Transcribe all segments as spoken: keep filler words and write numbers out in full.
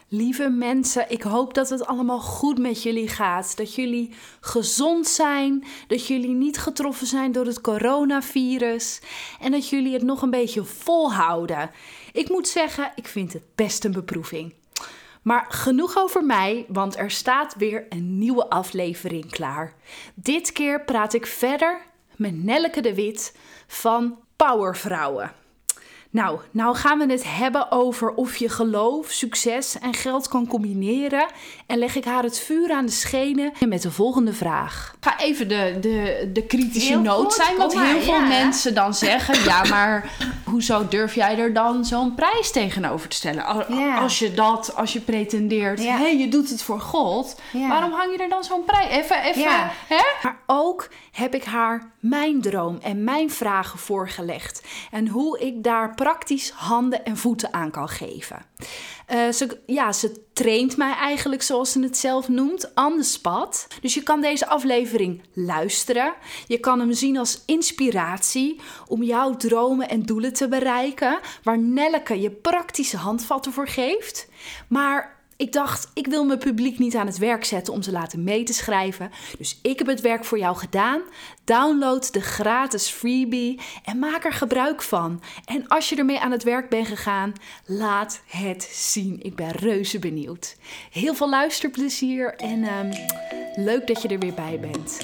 Lieve mensen, ik hoop dat het allemaal goed met jullie gaat. Dat jullie gezond zijn, dat jullie niet getroffen zijn door het coronavirus en dat jullie het nog een beetje volhouden. Ik moet zeggen, ik vind het best een beproeving. Maar genoeg over mij, want er staat weer een nieuwe aflevering klaar. Dit keer praat ik verder met Nelleke de Wit van Powervrouwen. Nou, nou gaan we het hebben over of je geloof, succes en geld kan combineren. En leg ik haar het vuur aan de schenen met de volgende vraag. Ik ga even de, de, de kritische Heel noot goed, zijn. Want kom maar, heel veel ja. mensen dan zeggen... ja, maar hoezo durf jij er dan zo'n prijs tegenover te stellen? Als, Ja. als je dat, als je pretendeert... Ja. hé, je doet het voor God. Ja. Waarom hang je er dan zo'n prijs? Even, even, Ja. hè? Maar ook heb ik haar mijn droom en mijn vragen voorgelegd. En hoe ik daar praktisch handen en voeten aan kan geven. Uh, ze, ja, ze traint mij eigenlijk, zoals ze het zelf noemt, on the spot. Dus je kan deze aflevering luisteren. Je kan hem zien als inspiratie om jouw dromen en doelen te bereiken, waar Nelleke je praktische handvatten voor geeft. Maar ik dacht, ik wil mijn publiek niet aan het werk zetten om ze laten mee te schrijven. Dus ik heb het werk voor jou gedaan. Download de gratis freebie en maak er gebruik van. En als je ermee aan het werk bent gegaan, laat het zien. Ik ben reuze benieuwd. Heel veel luisterplezier en um, leuk dat je er weer bij bent.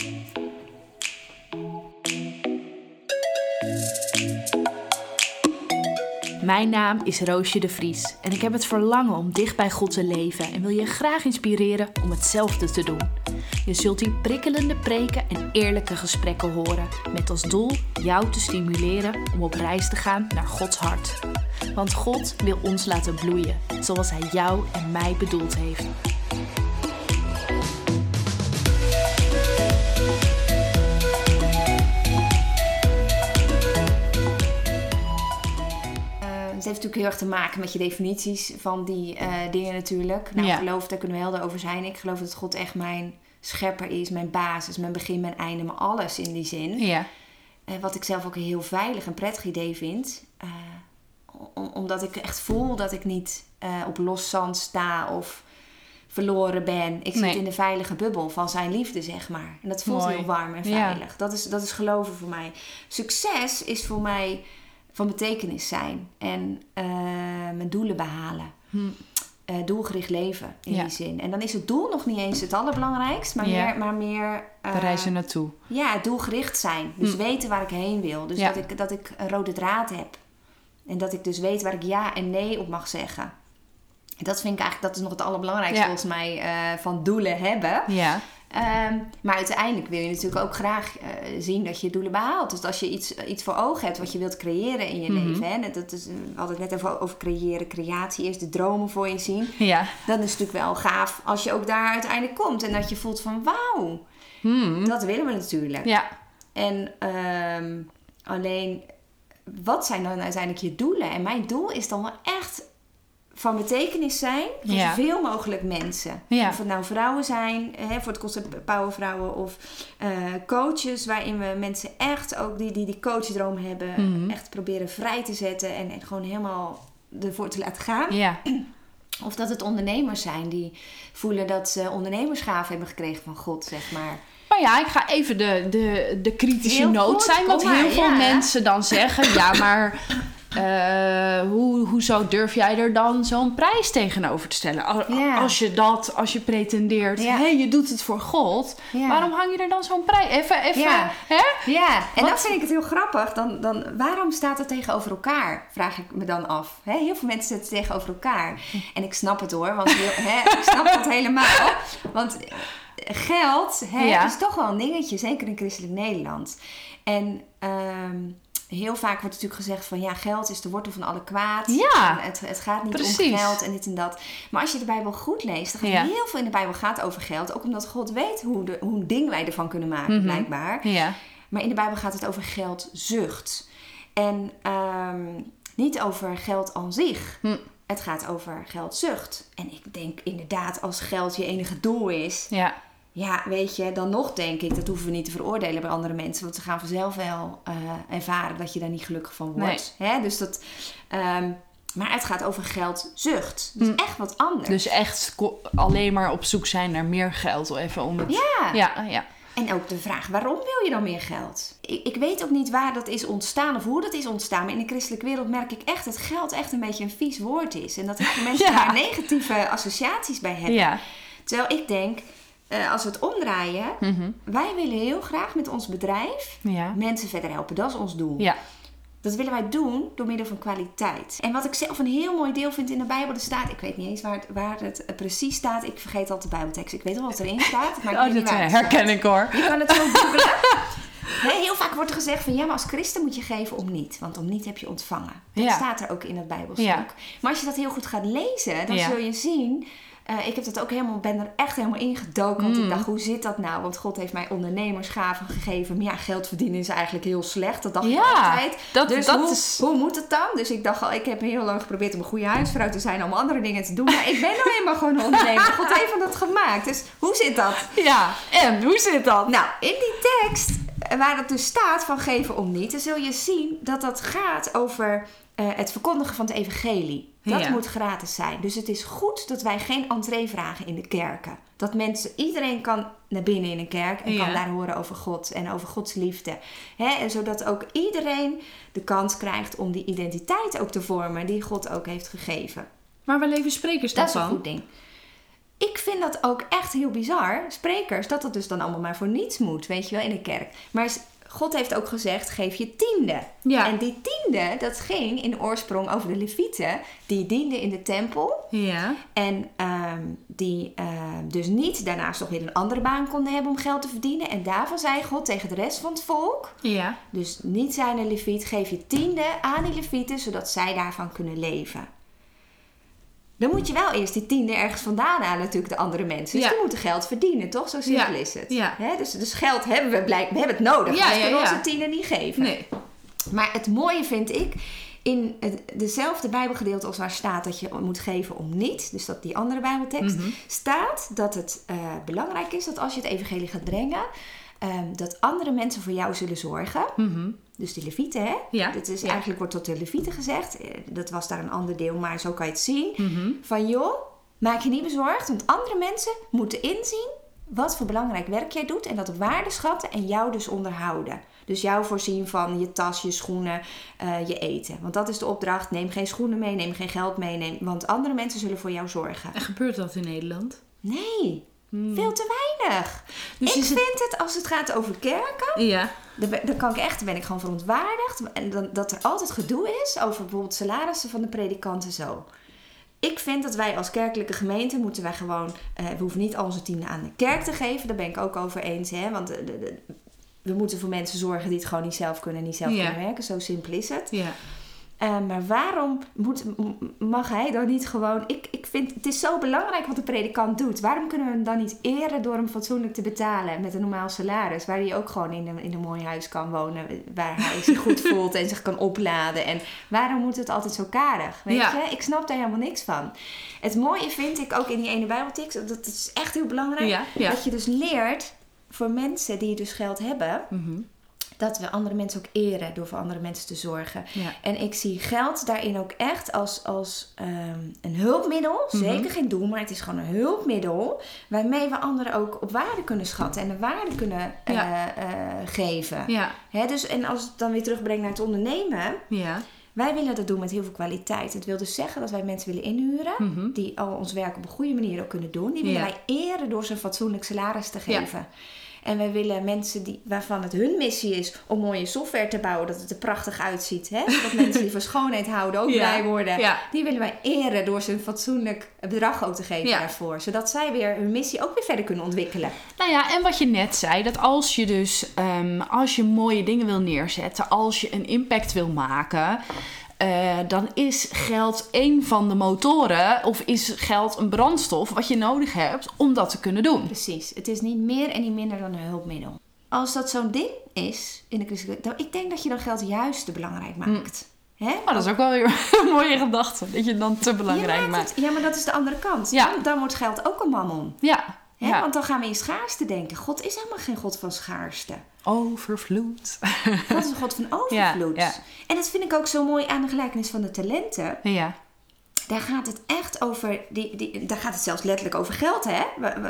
Mijn naam is Roosje de Vries en ik heb het verlangen om dicht bij God te leven en wil je graag inspireren om hetzelfde te doen. Je zult hier prikkelende preken en eerlijke gesprekken horen met als doel jou te stimuleren om op reis te gaan naar Gods hart. Want God wil ons laten bloeien zoals Hij jou en mij bedoeld heeft. Het heeft natuurlijk heel erg te maken met je definities van die uh, dingen natuurlijk. Nou, Ja. geloof, daar kunnen we helder over zijn. Ik geloof dat God echt mijn schepper is, mijn basis, mijn begin, mijn einde, mijn alles in die zin. Ja. Uh, wat ik zelf ook een heel veilig en prettig idee vind. Uh, om, omdat ik echt voel dat ik niet uh, op los zand sta of verloren ben. Ik zit Nee. in de veilige bubbel van zijn liefde, zeg maar. En dat voelt Mooi. heel warm en Ja. veilig. Dat is, dat is geloven voor mij. Succes is voor mij van betekenis zijn en uh, mijn doelen behalen. Hm. Uh, doelgericht leven in Ja. die zin. En dan is het doel nog niet eens het allerbelangrijkst, maar Ja. meer, maar meer uh, We reizen naartoe. ja, doelgericht zijn. Dus Hm. weten waar ik heen wil. Dus Ja. dat, ik, dat ik een rode draad heb. En dat ik dus weet waar ik ja en nee op mag zeggen. En dat vind ik eigenlijk, dat is nog het allerbelangrijkste Ja. volgens mij uh, van doelen hebben. Ja. Um, maar uiteindelijk wil je natuurlijk ook graag uh, zien dat je je doelen behaalt. Dus als je iets, iets voor ogen hebt wat je wilt creëren in je Mhm. leven. Hè, dat is, we hadden het net over, over creëren, creatie is de dromen voor je zien. Ja. Dan is het natuurlijk wel gaaf als je ook daar uiteindelijk komt. En dat je voelt van wauw, Hm. dat willen we natuurlijk. Ja. En um, alleen, wat zijn dan uiteindelijk je doelen? En mijn doel is dan wel echt van betekenis zijn voor Ja. zoveel mogelijk mensen. Ja. Of het nou vrouwen zijn, hè, voor het concept Powervrouwen, of uh, coaches, waarin we mensen echt ook die die, die coachdroom hebben, Mhm. echt proberen vrij te zetten en, en gewoon helemaal ervoor te laten gaan. Ja. Of dat het ondernemers zijn die voelen dat ze ondernemersgaaf hebben gekregen van God, zeg maar. Maar ja, ik ga even de, de, de kritische Heel noot goed, zijn. Want kom maar, heel veel ja. mensen dan zeggen... ja, maar uh, hoe, hoezo durf jij er dan zo'n prijs tegenover te stellen? Als, Ja. als je dat, als je pretendeert... Ja. hé, je doet het voor God. Ja. Waarom hang je er dan zo'n prijs? Even, even, Ja. hè? Ja, en Wat? dan vind ik het heel grappig. Dan, dan, waarom staat het tegenover elkaar? Vraag ik me dan af. He, heel veel mensen zetten het tegenover elkaar. En ik snap het hoor, want heel, he, ik snap het helemaal. Want geld he, Ja. is toch wel een dingetje, zeker in christelijk Nederland. En um, heel vaak wordt natuurlijk gezegd van ja, geld is de wortel van alle kwaad. Ja, En het, het gaat niet precies. om geld en dit en dat. Maar als je de Bijbel goed leest, dan gaat Ja. heel veel in de Bijbel gaat over geld. Ook omdat God weet hoe, de, hoe een ding wij ervan kunnen maken, Mhm. blijkbaar. Ja. Maar in de Bijbel gaat het over geldzucht. En um, niet over geld aan zich. Hm. Het gaat over geldzucht. En ik denk inderdaad, als geld je enige doel is... Ja. Ja, weet je, dan nog denk ik, dat hoeven we niet te veroordelen bij andere mensen. Want ze gaan vanzelf wel uh, ervaren dat je daar niet gelukkig van wordt. Nee. Hè? Dus dat... Um, Maar het gaat over geldzucht. Dus Mm. echt wat anders. Dus echt ko- alleen maar op zoek zijn naar meer geld. Even om het... Ja. Ja, ja. En ook de vraag, waarom wil je dan meer geld? Ik, ik weet ook niet waar dat is ontstaan of hoe dat is ontstaan. Maar in de christelijke wereld merk ik echt dat geld echt een beetje een vies woord is. En dat heel veel mensen Ja. daar negatieve associaties bij hebben. Ja. Terwijl ik denk, uh, als we het omdraaien... Mhm. Wij willen heel graag met ons bedrijf Ja. mensen verder helpen. Dat is ons doel. Ja. Dat willen wij doen door middel van kwaliteit. En wat ik zelf een heel mooi deel vind in de Bijbel, er staat, ik weet niet eens waar het, waar het precies staat. Ik vergeet altijd de Bijbeltekst. Ik weet wel wat erin staat, maar ik Oh, weet niet dat waar het herken staat. ik hoor. Je kan het zo googlen. Nee, heel vaak wordt er gezegd van ja, maar als christen moet je geven om niet. Want om niet heb je ontvangen. Dat Ja. staat er ook in het Bijbelstuk. Ja. Maar als je dat heel goed gaat lezen, dan Ja. zul je zien... Uh, ik heb dat ook helemaal, ben er echt helemaal ingedoken. Want Mm. ik dacht, hoe zit dat nou? Want God heeft mij ondernemersgaven gegeven. Maar ja, geld verdienen is eigenlijk heel slecht. Dat dacht ik Ja, altijd. dat, Dus dat hoe, is... hoe moet het dan? Dus ik dacht al, ik heb heel lang geprobeerd om een goede huisvrouw te zijn. Allemaal andere dingen te doen. Maar ik ben nou eenmaal gewoon een ondernemer. God heeft me dat gemaakt. Dus hoe zit dat? Ja, en hoe zit dat? Nou, in die tekst waar het dus staat van geven om niet, dan zul je zien dat dat gaat over uh, het verkondigen van het evangelie. Dat Ja. moet gratis zijn. Dus het is goed dat wij geen entree vragen in de kerken. Dat mensen, iedereen kan naar binnen in een kerk en Ja. kan daar horen over God en over Gods liefde. Hè? En zodat ook iedereen de kans krijgt om die identiteit ook te vormen die God ook heeft gegeven. Maar waar leven sprekers Dat dan is een van? goed ding. Ik vind dat ook echt heel bizar, sprekers, dat het dus dan allemaal maar voor niets moet, weet je wel, in de kerk. Maar God heeft ook gezegd, geef je tiende. Ja. En die tiende, dat ging in de oorsprong over de Levieten, die dienden in de tempel. Ja. En um, die uh, dus niet daarnaast nog weer een andere baan konden hebben om geld te verdienen. En daarvan zei God tegen de rest van het volk, Ja. dus niet zijn een Leviet, geef je tiende aan die Levieten, zodat zij daarvan kunnen leven. Dan moet je wel eerst die tiende ergens vandaan halen, natuurlijk de andere mensen. Dus Ja. die moeten geld verdienen, toch? Zo simpel Ja. is het. Ja. Hè? Dus, dus geld hebben we blijkbaar, we hebben het nodig. Ja, we ja, kunnen ja. onze tiende niet geven. Nee. Maar het mooie vind ik, in het, dezelfde Bijbelgedeelte als waar staat dat je moet geven om niet, dus dat die andere Bijbeltekst, Mhm. staat dat het uh, belangrijk is dat als je het evangelie gaat brengen, um, dat andere mensen voor jou zullen zorgen. Mhm. Dus die Levieten, hè? Ja. Dat is, Ja. Eigenlijk wordt tot de Levieten gezegd. Dat was daar een ander deel, maar zo kan je het zien. Mhm. Van joh, maak je niet bezorgd, want andere mensen moeten inzien wat voor belangrijk werk jij doet en dat op waarde schatten en jou dus onderhouden. Dus jou voorzien van je tas, je schoenen, uh, je eten. Want dat is de opdracht. Neem geen schoenen mee, neem geen geld mee, neem, want andere mensen zullen voor jou zorgen. En gebeurt dat in Nederland? Nee, Hmm. veel te weinig. Dus ik is het- vind het, als het gaat over kerken, Ja. dan ben, dan kan ik echt, dan ben ik gewoon verontwaardigd. En dan, dat er altijd gedoe is over bijvoorbeeld salarissen van de predikanten zo. Ik vind dat wij als kerkelijke gemeente moeten wij gewoon, uh, we hoeven niet al onze tienden aan de kerk te geven. Daar ben ik ook over eens. Hè? Want de, de, de, we moeten voor mensen zorgen die het gewoon niet zelf kunnen en niet zelf Ja. kunnen werken. Zo simpel is het. Ja. Uh, maar waarom moet, mag hij dan niet gewoon... Ik, ik vind, het is zo belangrijk wat de predikant doet. Waarom kunnen we hem dan niet eren door hem fatsoenlijk te betalen met een normaal salaris? Waar hij ook gewoon in een, in een mooi huis kan wonen. Waar hij zich goed voelt en zich kan opladen. En waarom moet het altijd zo karig? Weet Ja. je? Ik snap daar helemaal niks van. Het mooie vind ik ook in die ene Bijbeltekst, dat is echt heel belangrijk. Ja, ja. Dat je dus leert voor mensen die dus geld hebben, Mhm. dat we andere mensen ook eren door voor andere mensen te zorgen. Ja. En ik zie geld daarin ook echt als, als um, een hulpmiddel. Mhm. Zeker geen doel, maar het is gewoon een hulpmiddel. Waarmee we anderen ook op waarde kunnen schatten. En een waarde kunnen uh, Ja. uh, geven. Ja. Hè, dus, en als het dan weer terugbrengt naar het ondernemen. Ja. Wij willen dat doen met heel veel kwaliteit. Het wil dus zeggen dat wij mensen willen inhuren. Mhm. Die al ons werk op een goede manier ook kunnen doen. Die willen Ja. wij eren door ze een fatsoenlijk salaris te Ja. geven. En wij willen mensen die, waarvan het hun missie is om mooie software te bouwen. Dat het er prachtig uitziet. Hè? Zodat mensen die van schoonheid houden ook Ja. blij worden. Ja. Die willen wij eren door ze een fatsoenlijk bedrag ook te geven Ja. daarvoor. Zodat zij weer hun missie ook weer verder kunnen ontwikkelen. Nou ja, en wat je net zei, dat als je dus um, als je mooie dingen wil neerzetten, als je een impact wil maken, uh, dan is geld een van de motoren of is geld een brandstof wat je nodig hebt om dat te kunnen doen. Precies. Het is niet meer en niet minder dan een hulpmiddel. Als dat zo'n ding is in de christelijke... dan- Ik denk dat je dan geld juist te belangrijk maakt. Hè? Maar dat is ook wel weer een mooie gedachte, dat je het dan te belangrijk Je maakt maakt. het- ja, maar dat is de andere kant. Ja. Dan, dan wordt geld ook een mammon. Ja, Hè? Ja. Want dan gaan we in schaarste denken. God is helemaal geen God van schaarste. Overvloed. God is een God van overvloed. Ja, ja. En dat vind ik ook zo mooi aan de gelijkenis van de talenten. Ja. Daar gaat het echt over, die, die, daar gaat het zelfs letterlijk over geld, hè?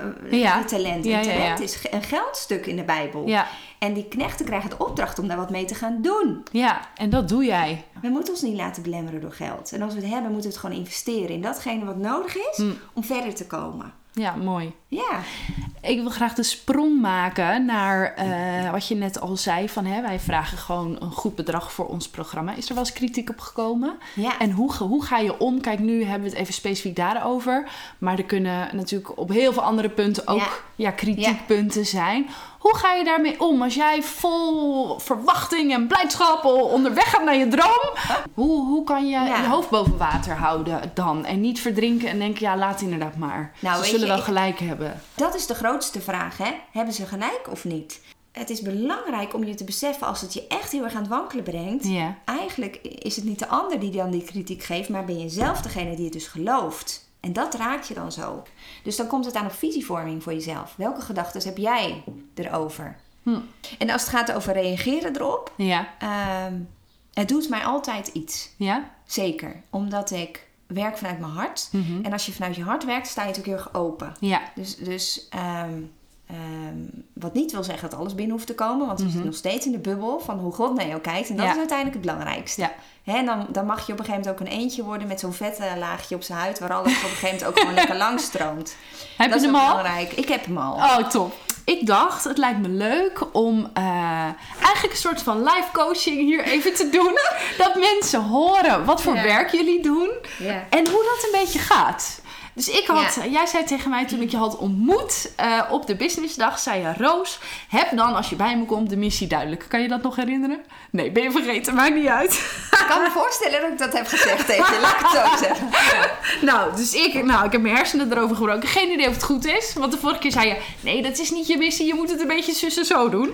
Ja. De talent. Ja, Een ja, talent ja. is een geldstuk in de Bijbel. Ja. En die knechten krijgen de opdracht om daar wat mee te gaan doen. Ja, en dat doe jij. We moeten ons niet laten belemmeren door geld. En als we het hebben, moeten we het gewoon investeren in datgene wat nodig is Mm. om verder te komen. Ja, mooi. Ja. Ik wil graag de sprong maken naar uh, wat je net al zei. Van, hè, wij vragen gewoon een goed bedrag voor ons programma. Is er wel eens kritiek op gekomen? Ja. En hoe, hoe ga je om? Kijk, nu hebben we het even specifiek daarover. Maar er kunnen natuurlijk op heel veel andere punten ook Ja. Ja, kritiekpunten ja. zijn. Hoe ga je daarmee om? Als jij vol verwachting en blijdschap onderweg gaat naar je droom. Hoe, hoe kan je ja. je hoofd boven water houden dan? En niet verdrinken en denken, ja, laat inderdaad maar. Nou, Ze weet zullen je, wel ik- gelijk hebben. Dat is de grootste vraag, hè? Hebben ze gelijk of niet? Het is belangrijk om je te beseffen, als het je echt heel erg aan het wankelen brengt. Ja. Eigenlijk is het niet de ander die dan die kritiek geeft, maar ben je zelf degene die het dus gelooft. En dat raakt je dan zo. Dus dan komt het aan op visievorming voor jezelf. Welke gedachten heb jij erover? Hm. En als het gaat over reageren erop, Ja. ehm, het doet mij altijd iets. Ja? Zeker. Omdat ik werk vanuit mijn hart. Mhm. En als je vanuit je hart werkt, sta je natuurlijk heel erg open. Ja. Dus, dus ehm, ehm, wat niet wil zeggen dat alles binnen hoeft te komen. Want we Mhm. zitten nog steeds in de bubbel van hoe God naar jou kijkt. En dat Ja. is uiteindelijk het belangrijkste. Ja. Hè, en dan, dan mag je op een gegeven moment ook een eentje worden met zo'n vette laagje op zijn huid. Waar alles op een gegeven moment ook gewoon lekker langs stroomt. Heb Dat je is hem ook al? belangrijk. Ik heb hem al. Oh, top. Ik dacht, het lijkt me leuk om uh, eigenlijk een soort van live coaching hier even te doen. Dat mensen horen wat voor Ja. werk jullie doen Ja. en hoe dat een beetje gaat. Dus ik had, Ja. jij zei tegen mij toen ik je had ontmoet uh, op de businessdag, zei je, Roos, heb dan als je bij me komt de missie duidelijk. Kan je dat nog herinneren? Nee, ben je vergeten? Maakt niet uit. Ik kan me voorstellen dat ik dat heb gezegd tegen je. Laat ik het zo zeggen. Ja. Nou, dus ik, nou, ik heb mijn hersenen erover gebroken. Geen idee of het goed is. Want de vorige keer zei je, nee, dat is niet je missie. Je moet het een beetje zus en zo doen.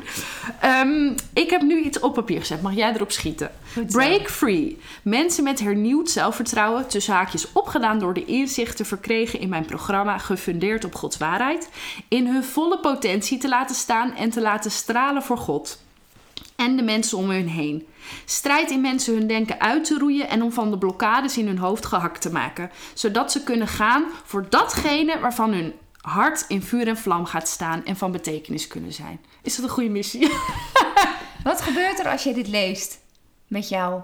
Um, ik heb nu iets op papier gezet. Mag jij erop schieten? Break free. Mensen met hernieuwd zelfvertrouwen, tussen haakjes opgedaan door de inzichten verkregen in mijn programma, gefundeerd op Gods waarheid, in hun volle potentie te laten staan en te laten stralen voor God. En de mensen om hun heen. Strijd in mensen hun denken uit te roeien en om van de blokkades in hun hoofd gehakt te maken. Zodat ze kunnen gaan voor datgene waarvan hun hart in vuur en vlam gaat staan en van betekenis kunnen zijn. Is dat een goede missie? Wat gebeurt er als je dit leest met jou?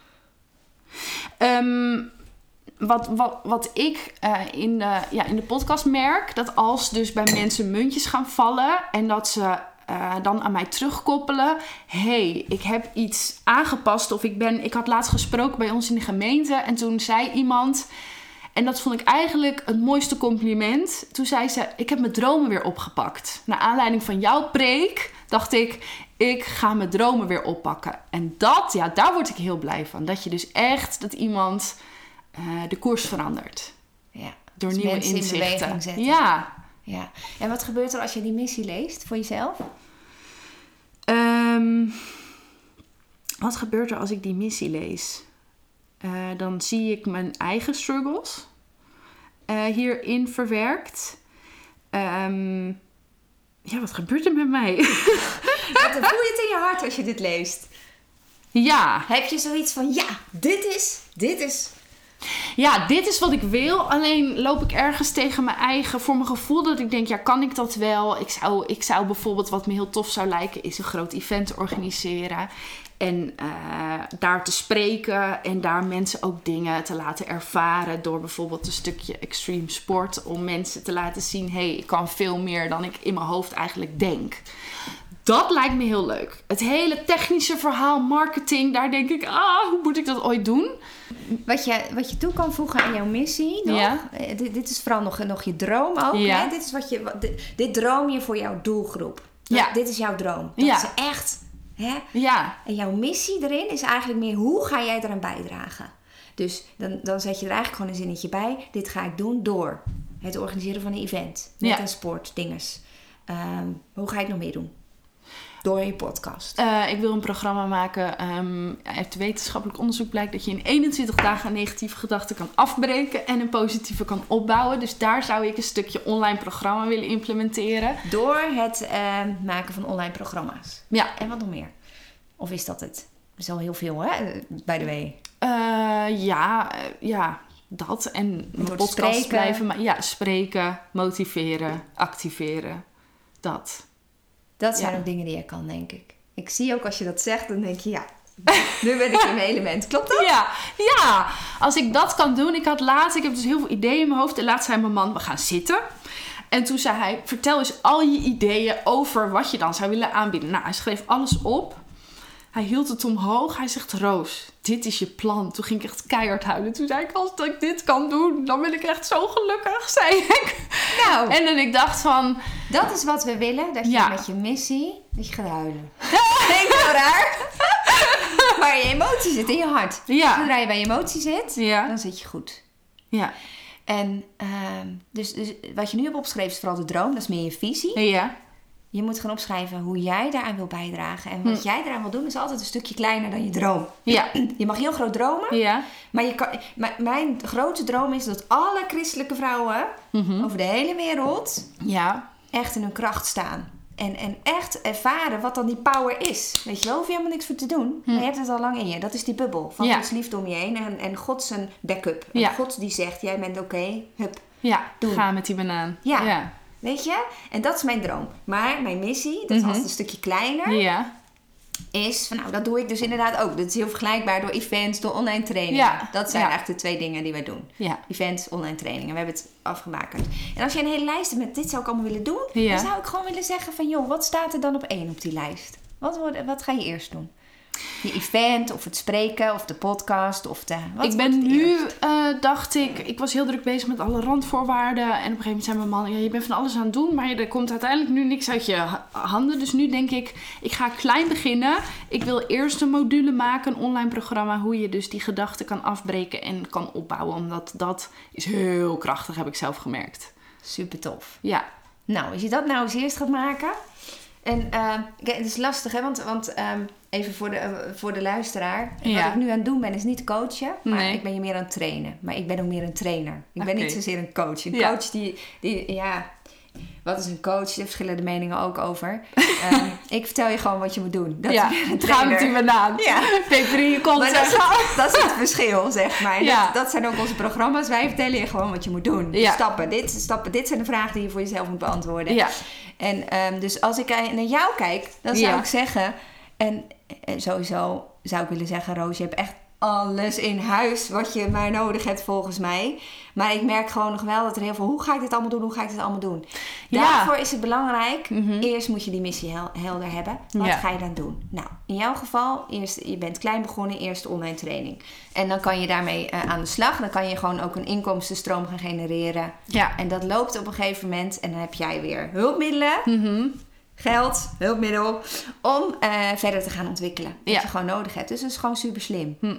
Um, wat, wat, wat ik uh, in, de, ja, in de podcast merk, dat als dus bij mensen muntjes gaan vallen en dat ze Uh, dan aan mij terugkoppelen. Hey, ik heb iets aangepast. Of ik ben. Ik had laatst gesproken bij ons in de gemeente. En toen zei iemand. En dat vond ik eigenlijk het mooiste compliment. Toen zei ze, ik heb mijn dromen weer opgepakt. Naar aanleiding van jouw preek dacht ik, ik ga mijn dromen weer oppakken. En dat, ja, daar word ik heel blij van. Dat je dus echt, dat iemand uh, de koers verandert. Ja, door dus nieuwe mensen inzichten. in beweging zetten. Ja. Ja. En wat gebeurt er als je die missie leest voor jezelf? Um, wat gebeurt er als ik die missie lees? Uh, dan zie ik mijn eigen struggles uh, hierin verwerkt. Um, ja, wat gebeurt er met mij? Wat, voel je het in je hart als je dit leest? Ja. Heb je zoiets van, ja, dit is, dit is... Ja, dit is wat ik wil. Alleen loop ik ergens tegen mijn eigen, voor mijn gevoel, dat ik denk, ja, kan ik dat wel? Ik zou, ik zou bijvoorbeeld, wat me heel tof zou lijken, is een groot event organiseren. En uh, daar te spreken en daar mensen ook dingen te laten ervaren door bijvoorbeeld een stukje extreme sport. Om mensen te laten zien, hé, hey, ik kan veel meer dan ik in mijn hoofd eigenlijk denk. Dat lijkt me heel leuk. Het hele technische verhaal, marketing, daar denk ik, ah, hoe moet ik dat ooit doen? Wat je, wat je toe kan voegen aan jouw missie nog. Ja. Dit, dit is vooral nog, nog je droom ook. Ja. Hè? Dit, is wat je, wat, dit, dit droom je voor jouw doelgroep. Dat, Ja. Dit is jouw droom. Dat Ja. is echt. Hè? Ja. En jouw missie erin is eigenlijk meer, hoe ga jij eraan bijdragen? Dus dan, dan zet je er eigenlijk gewoon een zinnetje bij. Dit ga ik doen door het organiseren van een event. Met Ja. een sport, dinges. Um, hoe ga je het nog meer doen? door je podcast? Uh, ik wil een programma maken. Um, uit wetenschappelijk onderzoek blijkt dat je in eenentwintig dagen een negatieve gedachte kan afbreken en een positieve kan opbouwen. Dus daar zou ik een stukje online programma willen implementeren. Door het uh, maken van online programma's? Ja. En wat nog meer? Of is dat het? Dat is al heel veel, hè? By the way. Uh, ja, uh, ja, dat. En mijn podcast blijven. Maar ja, spreken, motiveren, activeren. Dat. Dat zijn ja. ook dingen die je kan, denk ik. Ik zie ook als je dat zegt, dan denk je, ja, nu ben ik in mijn element. Klopt dat? Ja, ja, als ik dat kan doen. Ik had laatst, ik heb dus heel veel ideeën in mijn hoofd. En laatst zei mijn man, we gaan zitten. En toen zei hij, vertel eens al je ideeën over wat je dan zou willen aanbieden. Nou, hij schreef alles op. Hij hield het omhoog. Hij zegt, Roos, dit is je plan. Toen ging ik echt keihard huilen. Toen zei ik, als ik dit kan doen, dan ben ik echt zo gelukkig, zei ik. Nou. En dan ik dacht van... Dat is wat we willen. Dat je ja. met je missie, dat je gaat huilen. Denk zo raar. Maar je emotie zit in je hart. Ja. Zodra je bij je emotie zit, ja. dan zit je goed. Ja. En uh, dus, dus wat je nu hebt opgeschreven is vooral de droom. Dat is meer je visie. Ja. Je moet gaan opschrijven hoe jij daaraan wil bijdragen. En wat hm. jij daaraan wil doen is altijd een stukje kleiner dan je droom. Ja. Je mag heel groot dromen. Ja. Maar je kan, m- mijn grote droom is dat alle christelijke vrouwen mm-hmm. over de hele wereld ja. echt in hun kracht staan. En, en echt ervaren wat dan die power is. Weet je wel, hoef je helemaal niks voor te doen. Hm. Maar je hebt het al lang in je. Dat is die bubbel van ja. Gods liefde om je heen. En, en God zijn backup. En ja. God die zegt, jij bent oké, okay, hup, ja, doen. Ga met die banaan. Ja. ja. Weet je? En dat is mijn droom. Maar mijn missie, dat is mm-hmm. altijd een stukje kleiner. Ja. Is van, nou, dat doe ik dus inderdaad ook. Dat is heel vergelijkbaar door events, door online trainingen. Ja. Dat zijn ja. eigenlijk de twee dingen die wij doen. Ja. Events, online trainingen. We hebben het afgebakerd. En als je een hele lijst hebt met dit zou ik allemaal willen doen. Ja. Dan zou ik gewoon willen zeggen van, joh, wat staat er dan op één op die lijst? Wat, wordt, wat ga je eerst doen? Je event, of het spreken, of de podcast, of de... Wat ik ben nu, uh, dacht ik... Ik was heel druk bezig met alle randvoorwaarden. En op een gegeven moment zei mijn man... Ja, je bent van alles aan het doen, maar er komt uiteindelijk nu niks uit je handen. Dus nu denk ik, ik ga klein beginnen. Ik wil eerst een module maken, een online programma... hoe je dus die gedachten kan afbreken en kan opbouwen. Omdat dat is heel krachtig, heb ik zelf gemerkt. Super tof. Ja. Nou, als je dat nou eens eerst gaat maken... En uh, het is lastig, hè? Want, want um, even voor de, uh, voor de luisteraar. Ja. Wat ik nu aan het doen ben, is niet coachen. Maar nee. ik ben je meer aan het trainen. Maar ik ben ook meer een trainer. Ik okay. ben niet zozeer een coach. Een ja. coach die, die... Ja, wat is een coach? Daar verschillende meningen ook over. um, ik vertel je gewoon wat je moet doen. Dat ja, is een ga met die banaan. Ja. Peper in je kont. Maar dat, is het, dat is het verschil, zeg maar. Ja. Dat, dat zijn ook onze programma's. Wij vertellen je gewoon wat je moet doen. Ja. Stappen. Dit, stappen. Dit zijn de vragen die je voor jezelf moet beantwoorden. Ja. En um, dus als ik naar jou kijk, dan zou ja. ik zeggen... En, en sowieso zou ik willen zeggen, Roos, je hebt echt alles in huis wat je maar nodig hebt volgens mij. Maar ik merk gewoon nog wel dat er heel veel... Hoe ga ik dit allemaal doen? Hoe ga ik dit allemaal doen? Ja. Daarvoor is het belangrijk. Mm-hmm. Eerst moet je die missie hel- helder hebben. Wat ja. ga je dan doen? Nou, in jouw geval, eerst, je bent klein begonnen, eerst online training. En dan kan je daarmee uh, aan de slag. Dan kan je gewoon ook een inkomstenstroom gaan genereren. Ja. En dat loopt op een gegeven moment. En dan heb jij weer hulpmiddelen. Mm-hmm. Geld, hulpmiddel, om uh, verder te gaan ontwikkelen. Wat ja. je gewoon nodig hebt. Dus dat is gewoon super slim. Hm. Um,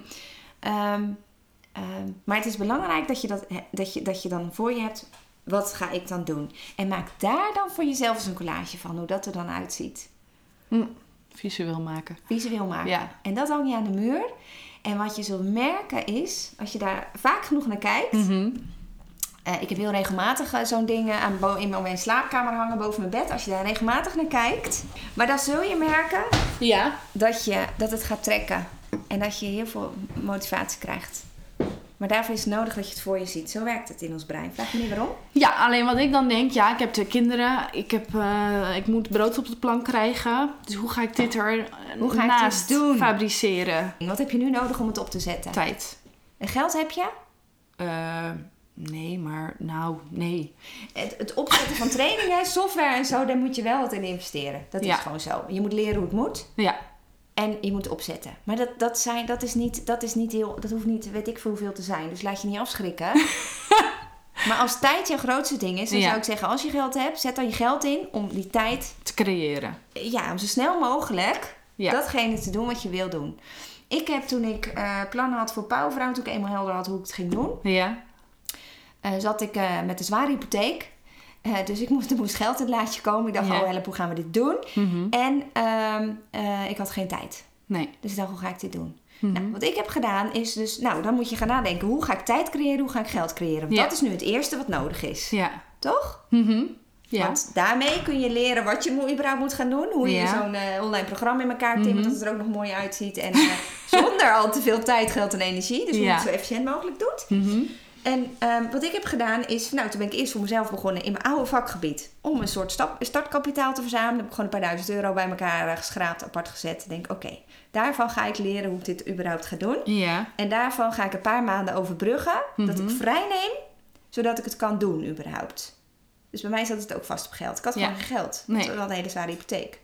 um, maar het is belangrijk dat je, dat, dat, je, dat je dan voor je hebt... Wat ga ik dan doen? En maak daar dan voor jezelf eens een collage van. Hoe dat er dan uitziet. Hm. Visueel maken. Visueel maken. Ja. En dat hang je aan de muur. En wat je zult merken is... Als je daar vaak genoeg naar kijkt... Mm-hmm. Uh, ik heb heel regelmatig uh, zo'n ding uh, aan bo- in mijn slaapkamer hangen boven mijn bed. Als je daar regelmatig naar kijkt. Maar dan zul je merken ja. dat, je, dat het gaat trekken. En dat je heel veel motivatie krijgt. Maar daarvoor is het nodig dat je het voor je ziet. Zo werkt het in ons brein. Vraag je niet waarom? Ja, alleen wat ik dan denk. Ja, ik heb de kinderen. Ik, heb, uh, ik moet brood op de plank krijgen. Dus hoe ga ik dit er hoe ga naast ik dit doen? Fabriceren? Wat heb je nu nodig om het op te zetten? Tijd. En geld heb je? Uh, nee, maar nou, nee. Het, het opzetten van trainingen, software en zo, daar moet je wel wat in investeren. Dat is ja. gewoon zo. Je moet leren hoe het moet. Ja. En je moet opzetten. Maar dat, dat, zijn, dat, is niet, dat is niet heel... Dat hoeft niet, weet ik veel, hoeveel te zijn. Dus laat je niet afschrikken. Maar als tijd je grootste ding is... dan ja. zou ik zeggen, als je geld hebt... zet dan je geld in om die tijd... te creëren. Ja, om zo snel mogelijk... Ja. datgene te doen wat je wil doen. Ik heb toen ik uh, plannen had voor Powervrouw... toen ik eenmaal helder had hoe ik het ging doen... Ja. Uh, zat ik uh, met een zware hypotheek... Uh, dus ik moest, er moest geld in het laadje komen. Ik dacht, ja. oh help, hoe gaan we dit doen? Mm-hmm. En um, uh, ik had geen tijd. Nee. Dus ik dacht, hoe ga ik dit doen? Mm-hmm. Nou, wat ik heb gedaan is dus... Nou, dan moet je gaan nadenken. Hoe ga ik tijd creëren? Hoe ga ik geld creëren? Want ja. dat is nu het eerste wat nodig is. Ja. Toch? Mm-hmm. Ja. Want daarmee kun je leren wat je moet, überhaupt moet gaan doen. Hoe je ja. zo'n uh, online programma in elkaar timt. Mm-hmm. Dat het er ook nog mooi uitziet. En uh, zonder al te veel tijd, geld en energie. Dus hoe ja. je het zo efficiënt mogelijk doet. Mm-hmm. En um, wat ik heb gedaan is... Nou, toen ben ik eerst voor mezelf begonnen in mijn oude vakgebied. Om een soort stap, startkapitaal te verzamelen. Heb ik gewoon een paar duizend euro bij elkaar uh, geschraapt, apart gezet. Ik denk, oké, okay, daarvan ga ik leren hoe ik dit überhaupt ga doen. Ja. En daarvan ga ik een paar maanden overbruggen. Mm-hmm. Dat ik vrij neem, zodat ik het kan doen überhaupt. Dus bij mij zat het ook vast op geld. Ik had gewoon ja. geen geld. Nee. Ik had wel een hele zware hypotheek.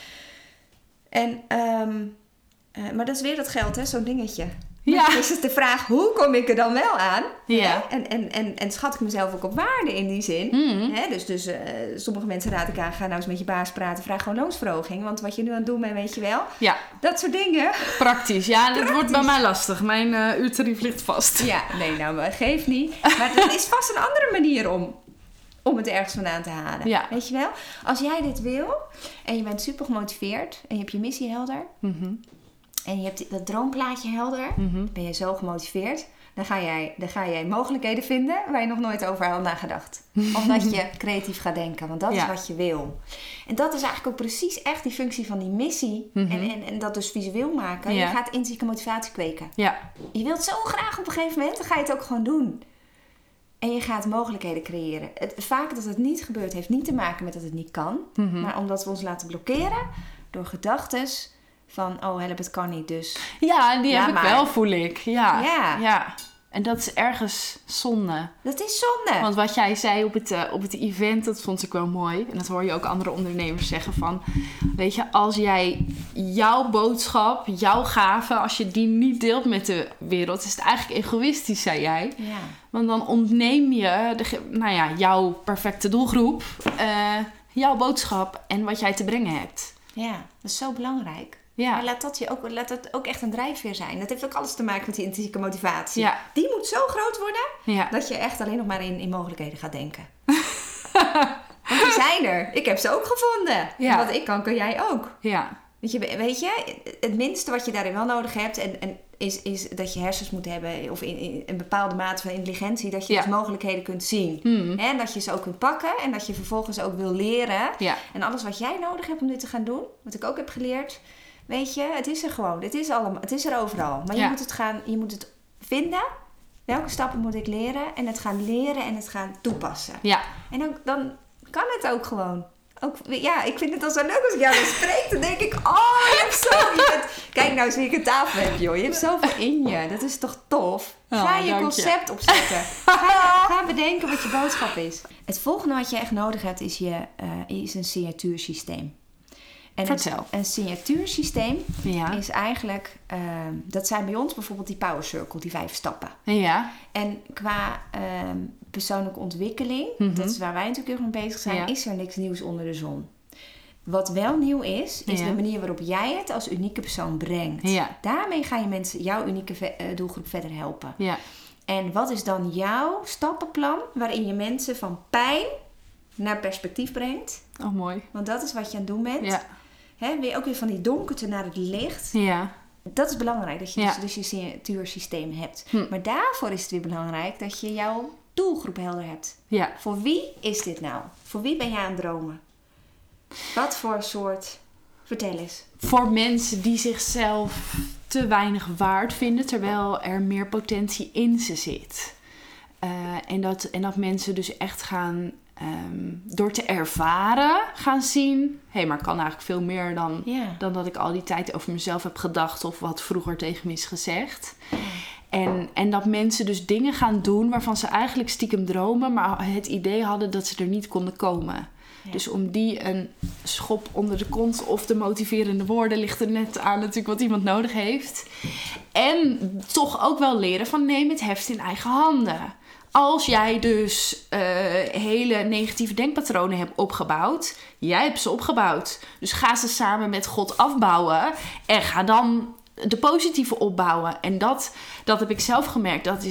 En, um, uh, maar dat is weer dat geld, hè, zo'n dingetje. Ja. Dus is het de vraag, hoe kom ik er dan wel aan? Ja. En, en, en, en schat ik mezelf ook op waarde in die zin. Mm. Hè? Dus, dus uh, sommige mensen raad ik aan, ga nou eens met je baas praten. Vraag gewoon loonsverhoging. Want wat je nu aan het doen bent, weet je wel. Ja. Dat soort dingen. Praktisch. Ja, Praktisch. Dat wordt bij mij lastig. Mijn uh, uurtarief ligt vast. Ja, nee, nou, geef niet. Maar er is vast een andere manier om. Om het ergens vandaan te halen. Ja. Weet je wel? Als jij dit wil en je bent super gemotiveerd en je hebt je missie helder. Mm-hmm. En je hebt dat droomplaatje helder. Mm-hmm. Ben je zo gemotiveerd. Dan ga, jij, dan ga jij mogelijkheden vinden waar je nog nooit over had nagedacht. Omdat je creatief gaat denken. Want dat ja. is wat je wil. En dat is eigenlijk ook precies echt die functie van die missie. Mm-hmm. En, en, en dat dus visueel maken. Ja. Je gaat intrinsieke motivatie kweken. Ja. Je wilt zo graag op een gegeven moment. Dan ga je het ook gewoon doen. En je gaat mogelijkheden creëren. Het, vaak dat het niet gebeurt heeft niet te maken met dat het niet kan. Mm-hmm. Maar omdat we ons laten blokkeren door gedachtes van... oh help, het kan niet, dus... Ja, die ja, heb ik maar. wel, voel ik. Ja. Ja. ja. En dat is ergens zonde. Dat is zonde. Want wat jij zei op het, uh, op het event, dat vond ik wel mooi. En dat hoor je ook andere ondernemers zeggen van... weet je, als jij jouw boodschap, jouw gave... als je die niet deelt met de wereld... is het eigenlijk egoïstisch, zei jij. Ja. Want dan ontneem je de, nou ja, jouw perfecte doelgroep... Uh, jouw boodschap en wat jij te brengen hebt. Ja, dat is zo belangrijk. Ja. Maar laat dat, je ook, laat dat ook echt een drijfveer zijn. Dat heeft ook alles te maken met die intrinsieke motivatie. Ja. Die moet zo groot worden... Ja. dat je echt alleen nog maar in, in mogelijkheden gaat denken. Want die zijn er. Ik heb ze ook gevonden. Ja. Wat ik kan, kan jij ook. Ja. Weet je, weet je, het minste wat je daarin wel nodig hebt... en, en is, is dat je hersens moet hebben... of in, in een bepaalde mate van intelligentie... dat je ja. dus mogelijkheden kunt zien. Hmm. En dat je ze ook kunt pakken... en dat je vervolgens ook wil leren. Ja. En alles wat jij nodig hebt om dit te gaan doen... wat ik ook heb geleerd... weet je, het is er gewoon. Het is, allemaal, het is er overal. Maar je, ja. moet het gaan, je moet het vinden... welke stappen moet ik leren... en het gaan leren en het gaan toepassen. Ja. En dan, dan kan het ook gewoon... Ook, ja, ik vind het al zo leuk als ik jou dan spreek. Dan denk ik, oh, je hebt zo... Je bent, kijk nou eens wie ik een tafel heb, joh. Je hebt zoveel in je. Dat is toch tof? Ga oh, je concept je. opzetten. Ga, ga bedenken wat je boodschap is. Het volgende wat je echt nodig hebt is, je, uh, is een signatuursysteem. En Vertel. Een, een signatuursysteem ja. is eigenlijk... Uh, dat zijn bij ons bijvoorbeeld die Power Circle, die vijf stappen. Ja. En qua uh, persoonlijke ontwikkeling... Mm-hmm. dat is waar wij natuurlijk heel erg mee bezig zijn... Ja. is er niks nieuws onder de zon. Wat wel nieuw is... is ja. de manier waarop jij het als unieke persoon brengt. Ja. Daarmee ga je mensen, jouw unieke ve- uh, doelgroep verder helpen. Ja. En wat is dan jouw stappenplan... waarin je mensen van pijn naar perspectief brengt? Oh, mooi. Want dat is wat je aan het doen bent... Ja. He, weer ook weer van die donkerte naar het licht. Ja. Dat is belangrijk, dat je ja. dus, dus je signatuursysteem hebt. Hm. Maar daarvoor is het weer belangrijk dat je jouw doelgroep helder hebt. Ja. Voor wie is dit nou? Voor wie ben jij aan het dromen? Wat voor soort... Vertel eens. Voor mensen die zichzelf te weinig waard vinden... terwijl er meer potentie in ze zit. Uh, en, dat, en dat mensen dus echt gaan... Um, door te ervaren gaan zien... hé, hey, maar ik kan eigenlijk veel meer dan, ja. dan dat ik al die tijd over mezelf heb gedacht... of wat vroeger tegen me is gezegd. Ja. En, en dat mensen dus dingen gaan doen waarvan ze eigenlijk stiekem dromen... maar het idee hadden dat ze er niet konden komen. Ja. Dus om die een schop onder de kont of de motiverende woorden... ligt er net aan natuurlijk wat iemand nodig heeft. En toch ook wel leren van neem het heft in eigen handen... Als jij dus uh, hele negatieve denkpatronen hebt opgebouwd... jij hebt ze opgebouwd. Dus ga ze samen met God afbouwen... en ga dan de positieve opbouwen. En dat, dat heb ik zelf gemerkt. Dat is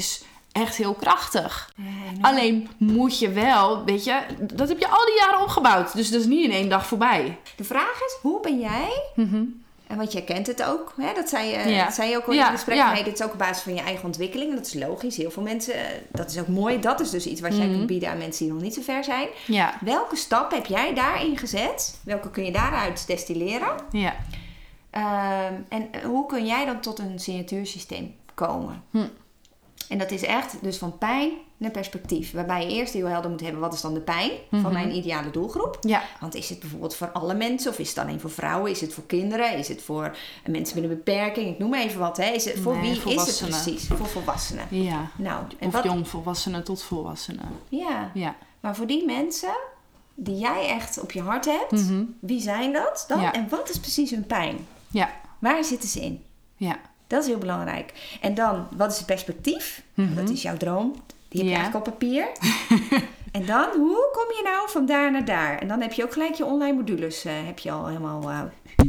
echt heel krachtig. Ja, nou. Alleen moet je wel, weet je, dat heb je al die jaren opgebouwd. Dus dat is niet in één dag voorbij. De vraag is, hoe ben jij... Mm-hmm. En want jij kent het ook, hè? Dat, zei je, Ja. dat zei je ook al in Ja, het gesprek. ja. Nee, dit is ook op basis van je eigen ontwikkeling. Dat is logisch. Heel veel mensen, eh, dat is ook mooi. Dat is dus iets wat jij Mhm. kunt bieden aan mensen die nog niet zo ver zijn. Ja, Welke stap heb jij daarin gezet? Welke kun je daaruit destilleren? ja. Ehm, en hoe kun jij dan tot een signatuursysteem komen? Hm. En dat is echt dus van pijn naar perspectief. Waarbij je eerst heel helder moet hebben, wat is dan de pijn Mhm. van mijn ideale doelgroep? Ja, Want is het bijvoorbeeld voor alle mensen? Of is het alleen voor vrouwen? Is het voor kinderen? Is het voor mensen met een beperking? Ik noem even wat. Hè? Is het, voor Nee, wie is het volwassenen. precies? Voor volwassenen. ja. Nou, en Of wat, jongvolwassenen tot volwassenen. ja, Ja. maar voor die mensen die jij echt op je hart hebt, Mhm. wie zijn dat dan? Ja. En wat is precies hun pijn? Ja, Waar zitten ze in? ja. Dat is heel belangrijk. En dan, wat is het perspectief? Mhm. Dat is jouw droom. Die heb je Ja. eigenlijk op papier. En dan, hoe kom je nou van daar naar daar? En dan heb je ook gelijk je online modules. eh, heb je al helemaal... eh,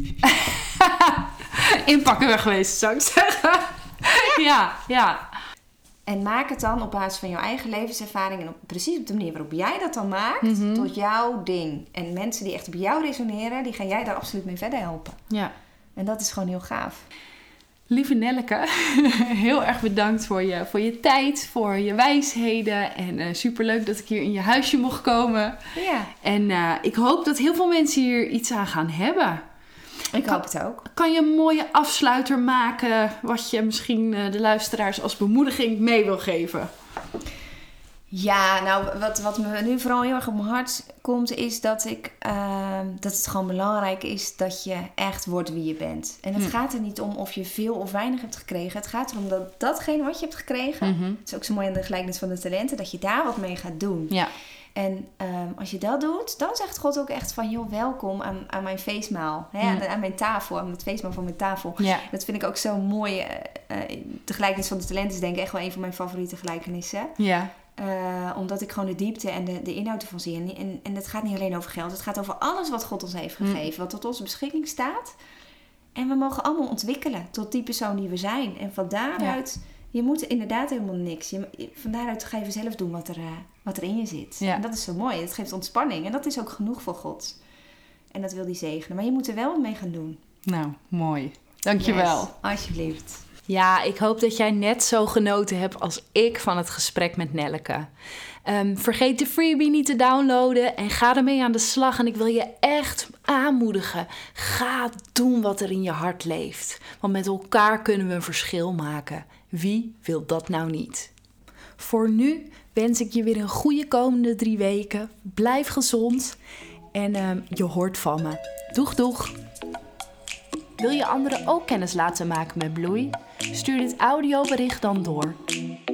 Inpakken weg geweest, zou ik zeggen. Ja, ja. En maak het dan op basis van jouw eigen levenservaring... en op, precies op de manier waarop jij dat dan maakt... Mhm. tot jouw ding. En mensen die echt op jou resoneren... die gaan jij daar absoluut mee verder helpen. Ja. En dat is gewoon heel gaaf. Lieve Nelleke, heel erg bedankt voor je, voor je tijd, voor je wijsheden. En uh, superleuk dat ik hier in je huisje mocht komen. Ja, En uh, ik hoop dat heel veel mensen hier iets aan gaan hebben. ik hoop het ook. Kan je een mooie afsluiter maken wat je misschien uh, de luisteraars als bemoediging mee wil geven? Ja, nou, wat, wat me nu vooral heel erg op mijn hart komt, is dat ik uh, dat het gewoon belangrijk is dat je echt wordt wie je bent. En het Hm. gaat er niet om of je veel of weinig hebt gekregen. Het gaat erom dat datgene wat je hebt gekregen, Mm-hmm. het is ook zo mooi aan de gelijkenis van de talenten, dat je daar wat mee gaat doen. Ja. En um, als je dat doet, dan zegt God ook echt van, joh, welkom aan, aan mijn feestmaal. Hè? Hm. Aan, aan mijn tafel, aan het feestmaal van mijn tafel. Ja. Dat vind ik ook zo mooi. Uh, uh, de gelijkenis van de talenten is denk ik echt wel een van mijn favoriete gelijkenissen. Ja. Uh, omdat ik gewoon de diepte en de, de inhoud ervan zie. En, en, en het gaat niet alleen over geld. Het gaat over alles wat God ons heeft gegeven. Wat tot onze beschikking staat. En we mogen allemaal ontwikkelen tot die persoon die we zijn. En van daaruit... Ja. Je moet inderdaad helemaal niks. Je, van daaruit ga je zelf doen wat er, uh, wat er in je zit. Ja. En dat is zo mooi. Het geeft ontspanning. En dat is ook genoeg voor God. En dat wil hij zegenen. Maar je moet er wel wat mee gaan doen. Nou, mooi. Dankjewel. Yes, alsjeblieft. Ja, ik hoop dat jij net zo genoten hebt als ik van het gesprek met Nelleke. Um, vergeet de freebie niet te downloaden en ga ermee aan de slag. En ik wil je echt aanmoedigen. Ga doen wat er in je hart leeft. Want met elkaar kunnen we een verschil maken. Wie wil dat nou niet? Voor nu wens ik je weer een goede komende drie weken. Blijf gezond en um, je hoort van me. Doeg, doeg! Wil je anderen ook kennis laten maken met Bloei? Stuur dit audiobericht dan door.